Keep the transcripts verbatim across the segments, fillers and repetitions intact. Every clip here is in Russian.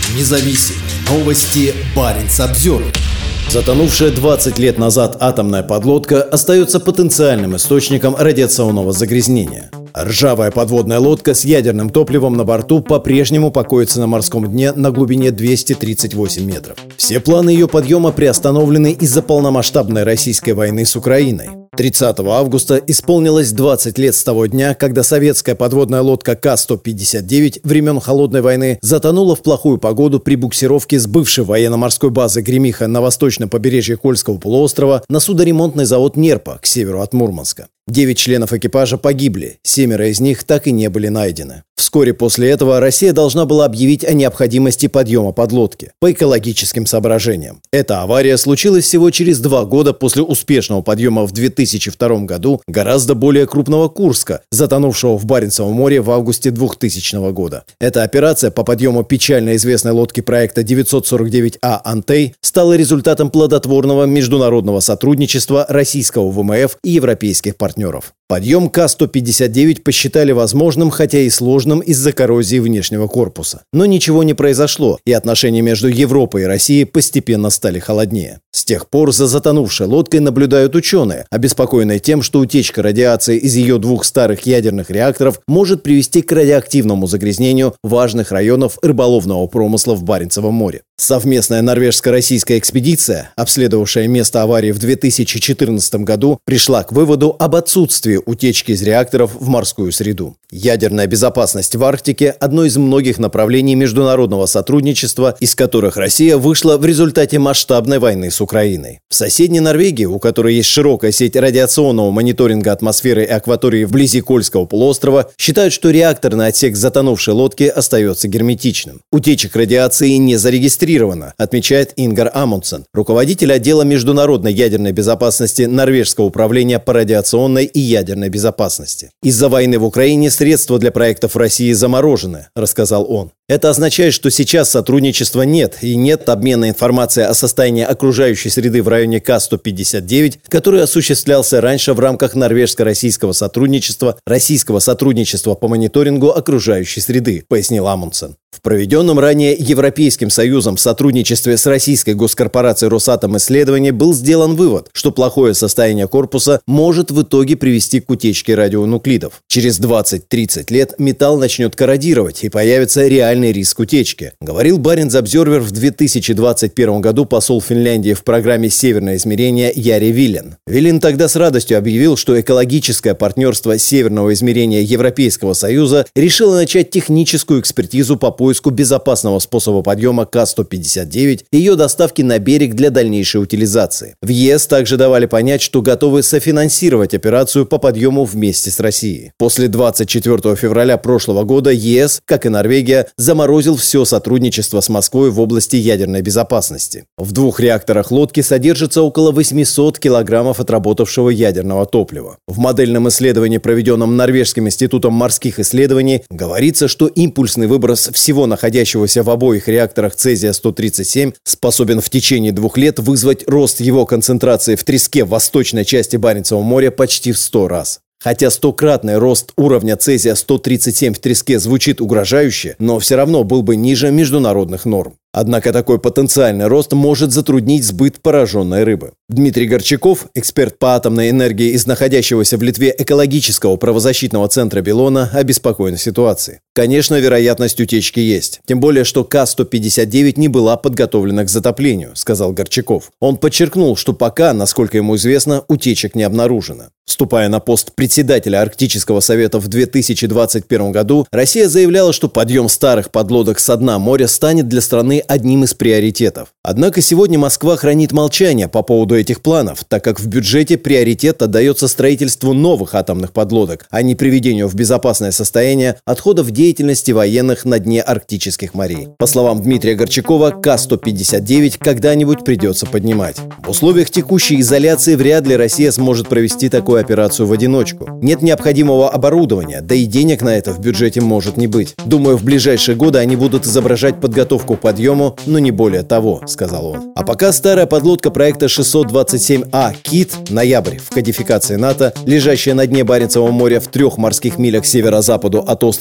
независим. Новости Баренц-Обзервер. Затонувшая двадцать лет назад атомная подлодка остается потенциальным источником радиационного загрязнения. Ржавая подводная лодка с ядерным топливом на борту по-прежнему покоится на морском дне на глубине двести тридцать восемь метров. Все планы ее подъема приостановлены из-за полномасштабной российской войны с Украиной. тридцатого августа исполнилось двадцать лет с того дня, когда советская подводная лодка Ка сто пятьдесят девять времен Холодной войны затонула в плохую погоду при буксировке с бывшей военно-морской базы Гремиха на восточном побережье Кольского полуострова на судоремонтный завод «Нерпа» к северу от Мурманска. Девять членов экипажа погибли, семеро из них так и не были найдены. Вскоре после этого Россия должна была объявить о необходимости подъема подлодки по экологическим соображениям. Эта авария случилась всего через два года после успешного подъема в две тысячи втором году гораздо более крупного «Курска», затонувшего в Баренцевом море в августе двухтысячного года. Эта операция по подъему печально известной лодки проекта девятьсот сорок девять А «Антей» стала результатом плодотворного международного сотрудничества российского вэ эм эф и европейских партнеров. Подъем Ка сто пятьдесят девять посчитали возможным, хотя и сложным из-за коррозии внешнего корпуса. Но ничего не произошло, и отношения между Европой и Россией постепенно стали холоднее. С тех пор за затонувшей лодкой наблюдают ученые, обеспокоенные тем, что утечка радиации из ее двух старых ядерных реакторов может привести к радиоактивному загрязнению важных районов рыболовного промысла в Баренцевом море. Совместная норвежско-российская экспедиция, обследовавшая место аварии в две тысячи четырнадцатом году, пришла к выводу об отсутствии утечки из реакторов в морскую среду. Ядерная безопасность в Арктике – одно из многих направлений международного сотрудничества, из которых Россия вышла в результате масштабной войны с Украиной. В соседней Норвегии, у которой есть широкая сеть радиационного мониторинга атмосферы и акватории вблизи Кольского полуострова, считают, что реакторный отсек затонувшей лодки остается герметичным. Утечек радиации не зарегистрировано, отмечает Ингар Амундсен, руководитель отдела международной ядерной безопасности Норвежского управления по радиационной и ядерной безопасности. Из-за войны в Украине средства для проектов в России заморожены, рассказал он. Это означает, что сейчас сотрудничества нет и нет обмена информацией о состоянии окружающей среды в районе Ка сто пятьдесят девять, который осуществлялся раньше в рамках норвежско-российского сотрудничества, российского сотрудничества по мониторингу окружающей среды, пояснил Амундсен. В проведенном ранее Европейским Союзом в сотрудничестве с российской госкорпорацией «Росатом» исследовании был сделан вывод, что плохое состояние корпуса может в итоге привести к утечке радионуклидов. Через двадцать-тридцать лет металл начнет корродировать и появится реальный риск утечки, говорил Баренц-Обзервер в две тысячи двадцать первом году посол Финляндии в программе «Северное измерение» Яри Вилен. Вилен тогда с радостью объявил, что экологическое партнерство Северного измерения Европейского Союза решило начать техническую экспертизу по поиску безопасного способа подъема Ка сто пятьдесят девять и ее доставки на берег для дальнейшей утилизации. В ЕС также давали понять, что готовы софинансировать операцию по подъему вместе с Россией. После двадцать четвёртого февраля прошлого года ЕС, как и Норвегия, заморозил все сотрудничество с Москвой в области ядерной безопасности. В двух реакторах лодки содержится около восемьсот килограммов отработавшего ядерного топлива. В модельном исследовании, проведенном Норвежским институтом морских исследований, говорится, что импульсный выброс всего всего находящегося в обоих реакторах цезия сто тридцать семь способен в течение двух лет вызвать рост его концентрации в треске в восточной части Баренцевого моря почти в сто раз. Хотя стократный рост уровня цезия сто тридцать семь в треске звучит угрожающе, но все равно был бы ниже международных норм. Однако такой потенциальный рост может затруднить сбыт пораженной рыбы. Дмитрий Горчаков, эксперт по атомной энергии из находящегося в Литве экологического правозащитного центра Белона, обеспокоен ситуацией. Конечно, вероятность утечки есть. Тем более, что Ка сто пятьдесят девять не была подготовлена к затоплению, сказал Горчаков. Он подчеркнул, что пока, насколько ему известно, утечек не обнаружено. Вступая на пост председателя Арктического совета в две тысячи двадцать первом году, Россия заявляла, что подъем старых подлодок со дна моря станет для страны одним из приоритетов. Однако сегодня Москва хранит молчание по поводу этих планов, так как в бюджете приоритет отдается строительству новых атомных подлодок, а не приведению в безопасное состояние отходов деятельности военных на дне арктических морей. По словам Дмитрия Горчакова, Ка сто пятьдесят девять когда-нибудь придется поднимать. В условиях текущей изоляции вряд ли Россия сможет провести такую операцию в одиночку. Нет необходимого оборудования, да и денег на это в бюджете может не быть. Думаю, в ближайшие годы они будут изображать подготовку к подъему, но не более того, сказал он. А пока старая подлодка проекта шестьсот двадцать семь А «Кит» «Ноябрь» в кодификации НАТО, лежащая на дне Баренцевого моря в трех морских милях к северо-западу от острова Кильдин,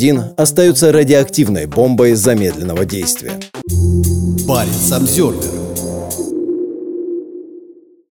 один остается радиоактивной бомбой замедленного действия. Баренц-Обзервер.